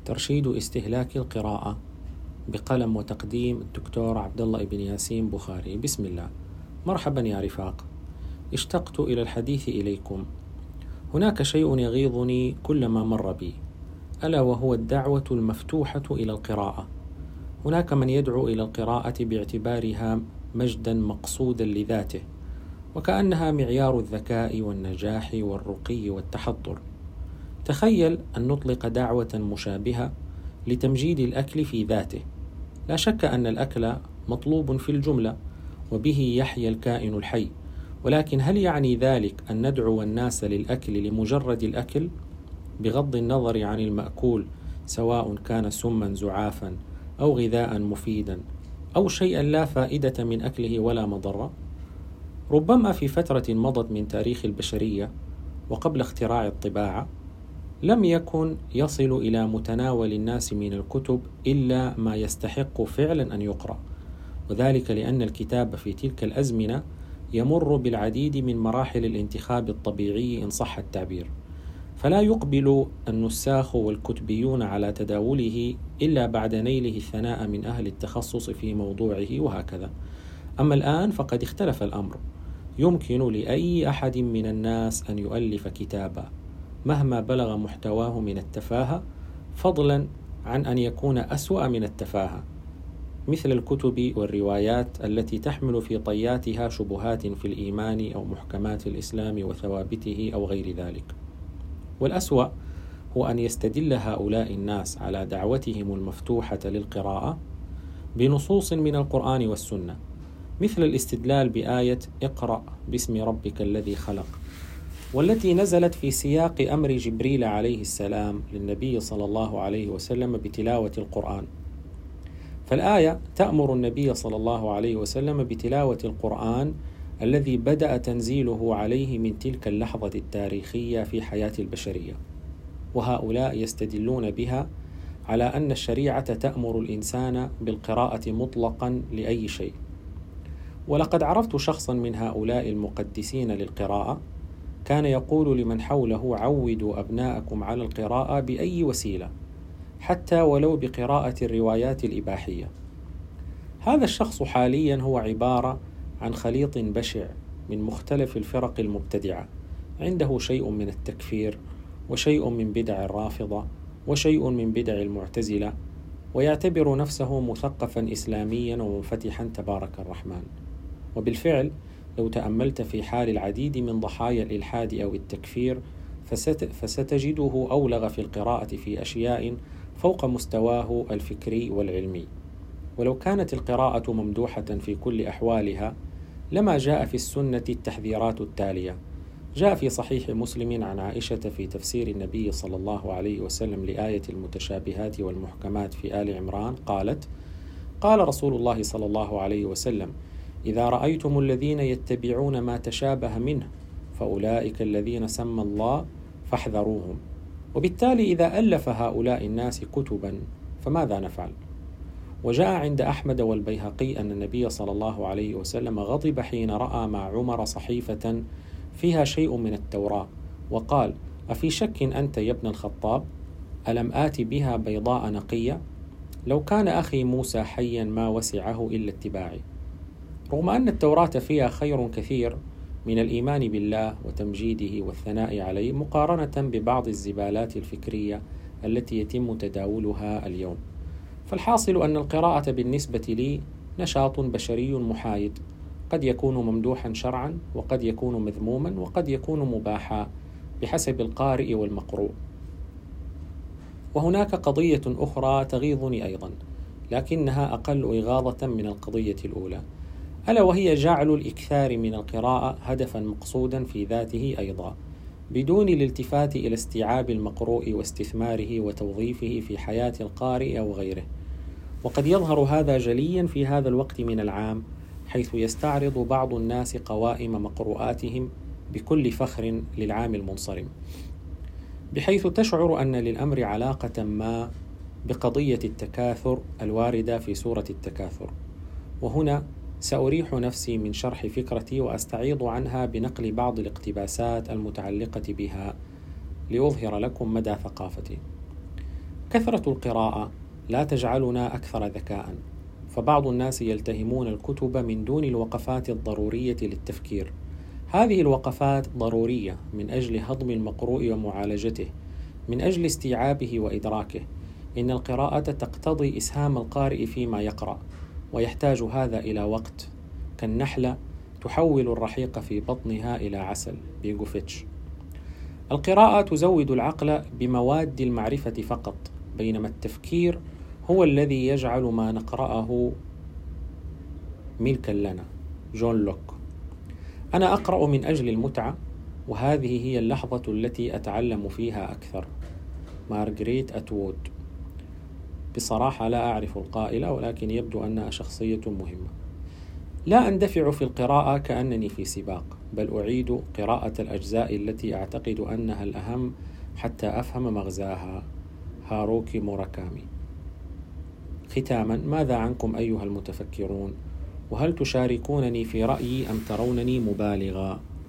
ترشيد استهلاك القراءة بقلم وتقديم الدكتور عبد الله بن ياسين بخاري. بسم الله. مرحبا يا رفاق، اشتقت إلى الحديث إليكم. هناك شيء يغيظني كلما مر بي، ألا وهو الدعوة المفتوحة إلى القراءة. هناك من يدعو إلى القراءة باعتبارها مجدا مقصودا لذاته، وكأنها معيار الذكاء والنجاح والرقي والتحضر. تخيل أن نطلق دعوة مشابهة لتمجيد الأكل في ذاته. لا شك أن الأكل مطلوب في الجملة، وبه يحيا الكائن الحي، ولكن هل يعني ذلك أن ندعو الناس للأكل لمجرد الأكل بغض النظر عن المأكول، سواء كان سما زعافا أو غذاء مفيدا أو شيئا لا فائدة من أكله ولا مضرة؟ ربما في فترة مضت من تاريخ البشرية وقبل اختراع الطباعة لم يكن يصل إلى متناول الناس من الكتب إلا ما يستحق فعلا أن يقرأ، وذلك لأن الكتاب في تلك الأزمنة يمر بالعديد من مراحل الانتخاب الطبيعي إن صح التعبير، فلا يقبل النساخ والكتبيون على تداوله إلا بعد نيله الثناء من أهل التخصص في موضوعه وهكذا. أما الآن فقد اختلف الأمر، يمكن لأي أحد من الناس أن يؤلف كتابا مهما بلغ محتواه من التفاهة، فضلا عن أن يكون أسوأ من التفاهة، مثل الكتب والروايات التي تحمل في طياتها شبهات في الإيمان أو محكمات الإسلام وثوابته أو غير ذلك. والأسوأ هو أن يستدل هؤلاء الناس على دعوتهم المفتوحة للقراءة بنصوص من القرآن والسنة، مثل الاستدلال بآية اقرأ باسم ربك الذي خلق، والتي نزلت في سياق أمر جبريل عليه السلام للنبي صلى الله عليه وسلم بتلاوة القرآن. فالآية تأمر النبي صلى الله عليه وسلم بتلاوة القرآن الذي بدأ تنزيله عليه من تلك اللحظة التاريخية في حياة البشرية، وهؤلاء يستدلون بها على أن الشريعة تأمر الإنسان بالقراءة مطلقا لأي شيء. ولقد عرفت شخصا من هؤلاء المقدسين للقراءة كان يقول لمن حوله عودوا أبناءكم على القراءة بأي وسيلة، حتى ولو بقراءة الروايات الإباحية. هذا الشخص حاليا هو عبارة عن خليط بشع من مختلف الفرق المبتدعة، عنده شيء من التكفير وشيء من بدع الرافضة وشيء من بدع المعتزلة، ويعتبر نفسه مثقفا إسلاميا ومنفتحا تبارك الرحمن. وبالفعل لو تأملت في حال العديد من ضحايا الإلحاد أو التكفير فستجده أولغ في القراءة في أشياء فوق مستواه الفكري والعلمي. ولو كانت القراءة ممدوحة في كل أحوالها لما جاء في السنة التحذيرات التالية. جاء في صحيح مسلم عن عائشة في تفسير النبي صلى الله عليه وسلم لآية المتشابهات والمحكمات في آل عمران قالت: قال رسول الله صلى الله عليه وسلم: إذا رأيتم الذين يتبعون ما تشابه منه فأولئك الذين سمى الله فاحذروهم. وبالتالي إذا ألف هؤلاء الناس كتبا فماذا نفعل؟ وجاء عند أحمد والبيهقي أن النبي صلى الله عليه وسلم غضب حين رأى مع عمر صحيفة فيها شيء من التوراة، وقال: أفي شك أنت يا ابن الخطاب؟ ألم آت بها بيضاء نقية؟ لو كان أخي موسى حيا ما وسعه إلا اتباعي. رغم أن التوراة فيها خير كثير من الإيمان بالله وتمجيده والثناء عليه، مقارنة ببعض الزبالات الفكرية التي يتم تداولها اليوم. فالحاصل أن القراءة بالنسبة لي نشاط بشري محايد، قد يكون ممدوحا شرعا وقد يكون مذموما وقد يكون مباحا بحسب القارئ والمقروء. وهناك قضية أخرى تغيظني أيضا، لكنها أقل إغاظة من القضية الأولى، ألا وهي جعل الإكثار من القراءة هدفا مقصودا في ذاته أيضا، بدون الالتفات إلى استيعاب المقروء واستثماره وتوظيفه في حياة القارئ أو غيره. وقد يظهر هذا جليا في هذا الوقت من العام، حيث يستعرض بعض الناس قوائم مقروءاتهم بكل فخر للعام المنصرم، بحيث تشعر أن للأمر علاقة ما بقضية التكاثر الواردة في سورة التكاثر. وهنا سأريح نفسي من شرح فكرتي وأستعيض عنها بنقل بعض الاقتباسات المتعلقة بها لأظهر لكم مدى ثقافتي. كثرة القراءة لا تجعلنا أكثر ذكاء، فبعض الناس يلتهمون الكتب من دون الوقفات الضرورية للتفكير. هذه الوقفات ضرورية من أجل هضم المقروء ومعالجته، من أجل استيعابه وإدراكه. إن القراءة تقتضي إسهام القارئ فيما يقرأ، ويحتاج هذا إلى وقت، كالنحلة تحول الرحيق في بطنها إلى عسل. بيغوفيتش. القراءة تزود العقل بمواد المعرفة فقط، بينما التفكير هو الذي يجعل ما نقرأه ملكا لنا. جون لوك. أنا أقرأ من أجل المتعة، وهذه هي اللحظة التي أتعلم فيها أكثر. مارغريت أتوود. بصراحة لا أعرف القائلة، ولكن يبدو أنها شخصية مهمة. لا أندفع في القراءة كأنني في سباق، بل أعيد قراءة الأجزاء التي أعتقد أنها الأهم حتى أفهم مغزاها. هاروكي موراكامي. ختاما، ماذا عنكم أيها المتفكرون؟ وهل تشاركونني في رأيي أم ترونني مبالغا؟